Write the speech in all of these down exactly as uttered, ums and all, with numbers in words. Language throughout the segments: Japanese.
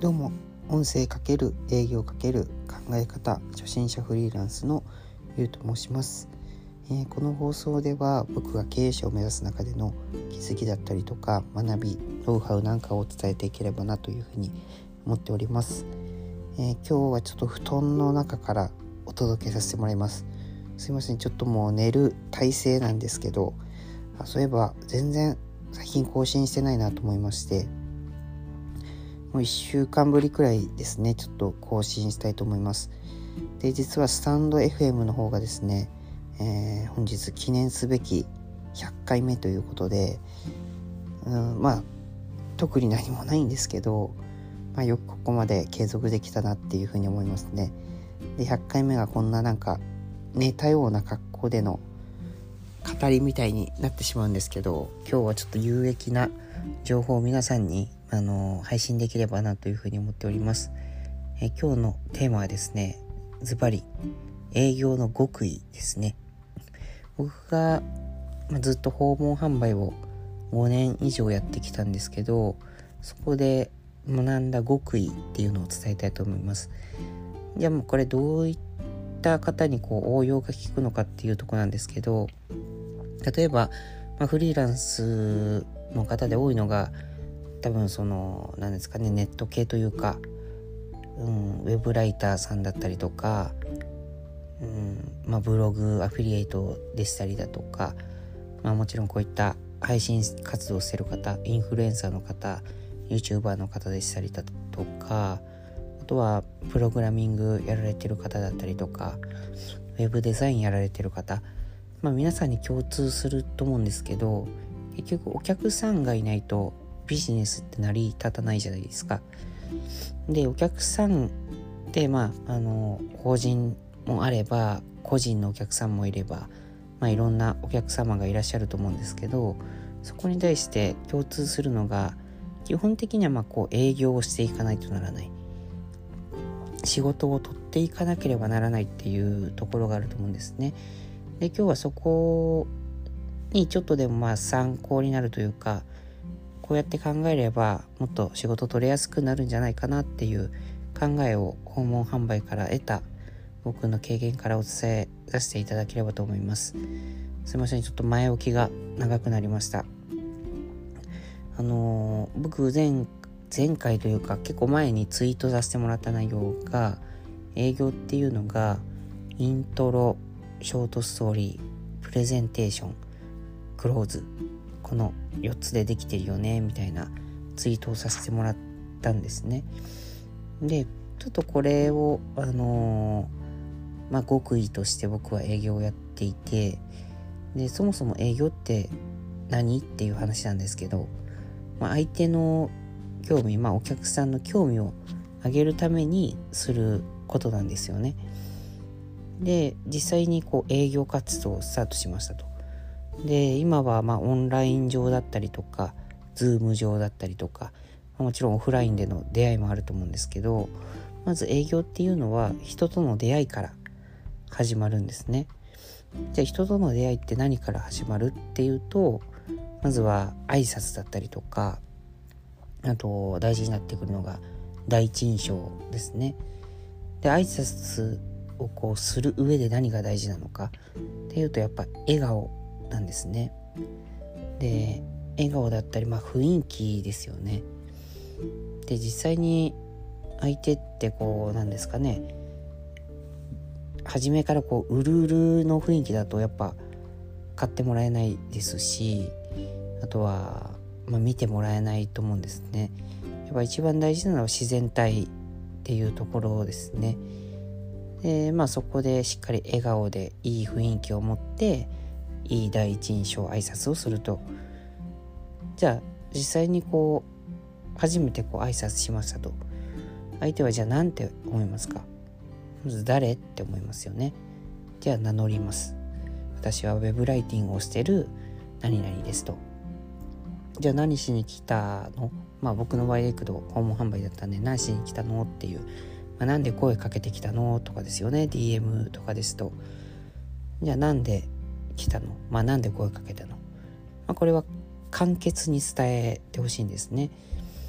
どうも、音声×営業×考え方初心者フリーランスのゆうと申します、えー、この放送では僕が経営者を目指す中での気づきだったりとか学び、ノウハウなんかを伝えていければなというふうに思っております、えー、今日はちょっと布団の中からお届けさせてもらいます。すいません、ちょっともう寝る体勢なんですけど、あそういえば全然最近更新してないなと思いまして、もういっしゅうかんぶりくらいですね、ちょっと更新したいと思います。で、実はスタンド エフエム の方がですね、えー、本日記念すべきひゃっかいめということで、うん、まあ特に何もないんですけど、まあ、よくここまで継続できたなっていうふうに思いますね。で、ひゃっかいめがこんななんか寝たような格好での語りみたいになってしまうんですけど、今日はちょっと有益な情報を皆さんにあの配信できればなというふうに思っております。え今日のテーマはですね、ズバリ営業の極意ですね。僕が、まあ、ずっと訪問販売をごねん以上やってきたんですけど、そこで学んだ極意っていうのを伝えたいと思います。じゃあもうこれどういった方にこう応用が効くのかっていうところなんですけど、例えば、まあ、フリーランスの方で多いのが多分その何ですかね、ネット系というか、うん、ウェブライターさんだったりとか、うんまあ、ブログアフィリエイトでしたりだとか、まあ、もちろんこういった配信活動をしている方、インフルエンサーの方、 YouTuber の方でしたりだとか、あとはプログラミングやられてる方だったりとか、ウェブデザインやられてる方、まあ、皆さんに共通すると思うんですけど、結局お客さんがいないとビジネスって成り立たないじゃないですか。で、お客さんってまああの法人もあれば個人のお客さんもいれば、まあ、いろんなお客様がいらっしゃると思うんですけど、そこに対して共通するのが基本的にはまあこう営業をしていかないとならない、仕事を取っていかなければならないっていうところがあると思うんですね。で、今日はそこにちょっとでもまあ参考になるというか、こうやって考えればもっと仕事取れやすくなるんじゃないかなっていう考えを訪問販売から得た僕の経験からお伝えさせていただければと思います。すいません、ちょっと前置きが長くなりました。あのー、僕前前回というか結構前にツイートさせてもらった内容が、営業っていうのがイントロ、ショートストーリー、プレゼンテーション、クローズ、このよっつでできてるよねみたいなツイートをさせてもらったんですね。で、ちょっとこれをあのー、まあ極意として僕は営業をやっていて、でそもそも営業って何っていう話なんですけど、まあ、相手の興味、まあお客さんの興味を上げるためにすることなんですよね。で、実際にこう営業活動をスタートしましたと。で、今はまあオンライン上だったりとか、ズーム上だったりとか、もちろんオフラインでの出会いもあると思うんですけど、まず営業っていうのは人との出会いから始まるんですね。じゃあ人との出会いって何から始まるっていうと、まずは挨拶だったりとか、あと大事になってくるのが第一印象ですね。で、挨拶をこうする上で何が大事なのかっていうと、やっぱ笑顔なんですね。で、笑顔だったり、まあ雰囲気ですよね。で、実際に相手ってこうなんですかね、初めからこううるうるの雰囲気だとやっぱ買ってもらえないですし、あとは、まあ、見てもらえないと思うんですね。やっぱ一番大事なのは自然体っていうところですね。で、まあそこでしっかり笑顔でいい雰囲気を持っていい第一印象挨拶をすると、じゃあ実際にこう初めてこう挨拶しましたと、相手はじゃあ何て思いますか？まず誰って思いますよね。じゃあ名乗ります。私はウェブライティングをしてる何々ですと。じゃあ何しに来たの？まあ僕の場合でいくと訪問販売だったんで、何しに来たのっていう、まあ、なんで声かけてきたのとかですよね。 ディーエム とかですと、じゃあなんで来たの？まあなんで声かけたの？まあ、これは簡潔に伝えてほしいんですね。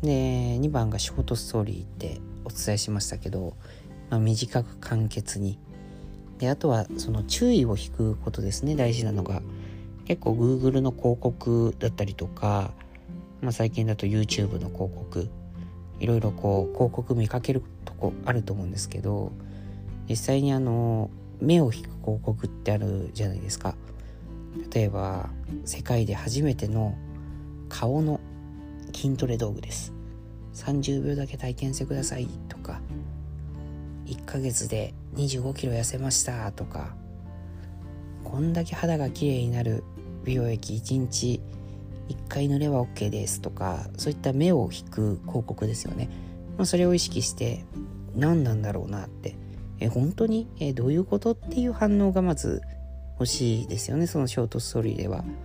でにばんがショートストーリーってお伝えしましたけど、まあ、短く簡潔に。であとはその注意を引くことですね。大事なのが結構 Google の広告だったりとか、まあ、最近だと YouTube の広告、いろいろこう広告見かけるとこあると思うんですけど、実際にあの目を引く広告ってあるじゃないですか。例えば世界で初めての顔の筋トレ道具です、さんじゅうびょうだけ体験してくださいとか、いっかげつでにじゅうごキロ痩せましたとか、こんだけ肌が綺麗になる美容液いちにちいっかい塗れば OK ですとか、そういった目を引く広告ですよね。まあ、それを意識して何なんだろうなって、え本当にえどういうことっていう反応がまず欲しいですよね、そのショートストーリーでは。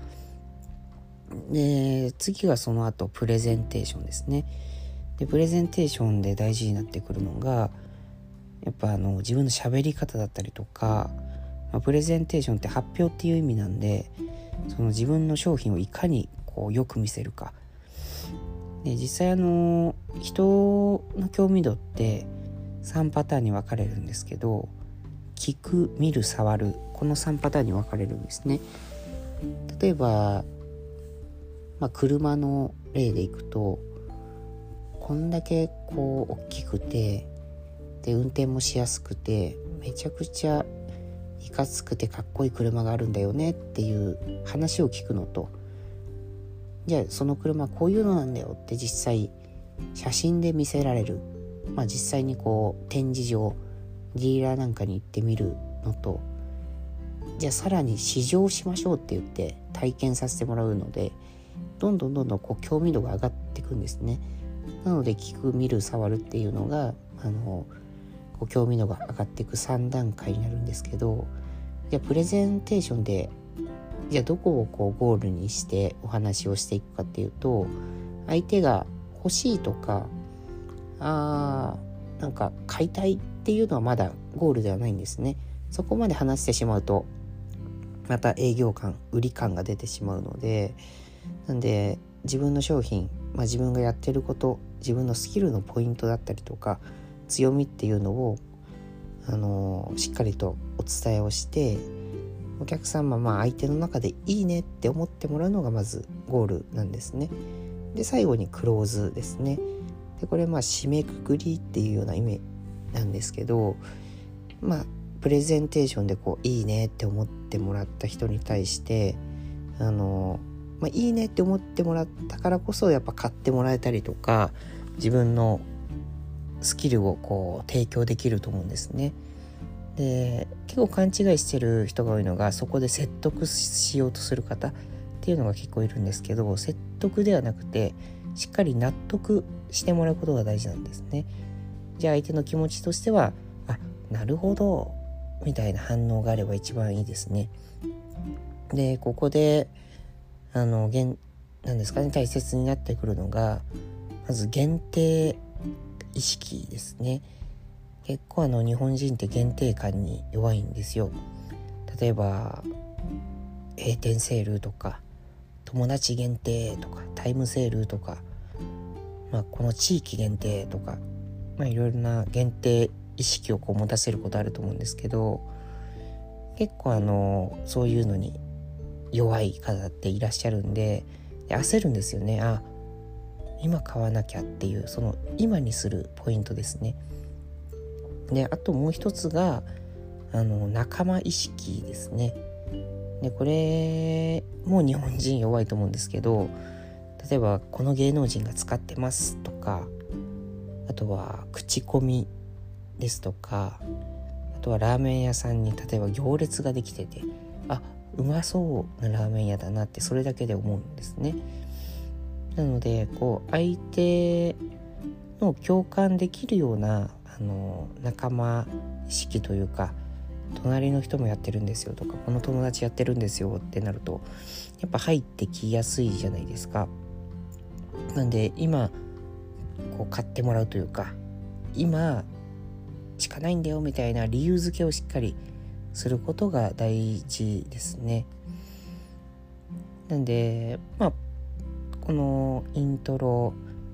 で次がその後プレゼンテーションですね。でプレゼンテーションで大事になってくるのがやっぱあの自分の喋り方だったりとか、まあ、プレゼンテーションって発表っていう意味なんで、その自分の商品をいかにこうよく見せるか。で実際あの人の興味度ってさんパターンに分かれるんですけど、聞く、見る、触る、このさんパターンに分かれるんですね。例えば、まあ、車の例でいくと、こんだけこう大きくてで運転もしやすくてめちゃくちゃいかつくてかっこいい車があるんだよねっていう話を聞くのと、じゃあその車こういうのなんだよって実際写真で見せられる、まあ実際にこう展示場ディーラーなんかに行ってみるのと、じゃあさらに試乗しましょうって言って体験させてもらうので、どんどんどんどんこう興味度が上がっていくんですね。なので聞く、見る、触るっていうのがあのこう興味度が上がっていくさんだんかいになるんですけど、じゃあプレゼンテーションでじゃあどこをこうゴールにしてお話をしていくかっていうと、相手が欲しいとかあーなんか買いたいっていうのはまだゴールではないんですね。そこまで話してしまうとまた営業感、売り感が出てしまうので、なんで自分の商品、まあ、自分がやってること、自分のスキルのポイントだったりとか強みっていうのを、あのー、しっかりとお伝えをして、お客様、まあ相手の中でいいねって思ってもらうのがまずゴールなんですね。で最後にクローズですね。でこれまあ締めくくりっていうような意味なんですけど、まあプレゼンテーションでこういいねって思ってもらった人に対してあのーまあ、いいねって思ってもらったからこそやっぱ買ってもらえたりとか、自分のスキルをこう提供できると思うんですね。で結構勘違いしてる人が多いのが、そこで説得しようとする方っていうのが結構いるんですけど、説得ではなくてしっかり納得してもらうことが大事なんですね。じゃあ相手の気持ちとしては、あ、なるほどみたいな反応があれば一番いいですね。でここであの現なんですかね、大切になってくるのがまず限定意識ですね。結構あの日本人って限定感に弱いんですよ。例えば閉店セールとか友達限定とかタイムセールとか、まあ、この地域限定とか、まあ、いろいろな限定意識をこう持たせることあると思うんですけど、結構あのそういうのに弱い方っていらっしゃるんで、で焦るんですよね。あ、今買わなきゃっていう、その今にするポイントですね。であともう一つがあの仲間意識ですね。でこれも日本人弱いと思うんですけど、例えばこの芸能人が使ってますとか、あとは口コミですとか、あとはラーメン屋さんに例えば行列ができてて、あ、うまそうなラーメン屋だなってそれだけで思うんですね。なのでこう相手の共感できるようなあの仲間意識というか、隣の人もやってるんですよとか、この友達やってるんですよってなるとやっぱ入ってきやすいじゃないですか。なんで今こう買ってもらうというか、今しかないんだよみたいな理由付けをしっかりすることが大事ですね。なんでまあこのイントロ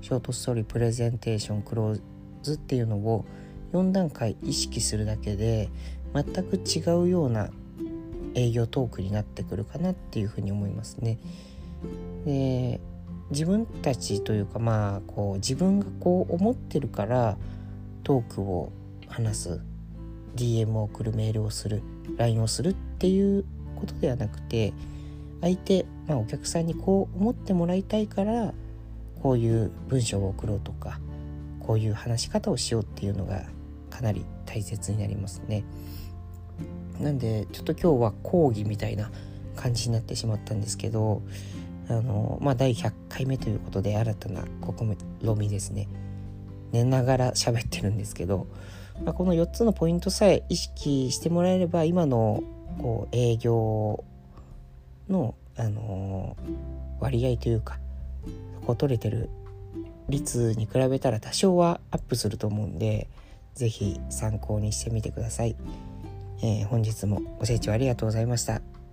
ショートストーリー、プレゼンテーション、クローズっていうのをよん段階意識するだけで全く違うような営業トークになってくるかなっていうふうに思いますね。で、自分たちというかまあこう自分がこう思ってるからトークを話す、 ディーエム を送る、メールをする、 ライン をするっていうことではなくて、相手、まあ、お客さんにこう思ってもらいたいからこういう文章を送ろうとか、こういう話し方をしようっていうのがかなり大切になりますね。なんでちょっと今日は講義みたいな感じになってしまったんですけど、あのまあだいひゃっかいめということで新たな試みですね。寝ながら喋ってるんですけど、まあ、このよっつのポイントさえ意識してもらえれば、今のこう営業の、あのー、割合というか、こう取れてる率に比べたら多少はアップすると思うんで、ぜひ参考にしてみてください。えー、本日もご清聴ありがとうございました。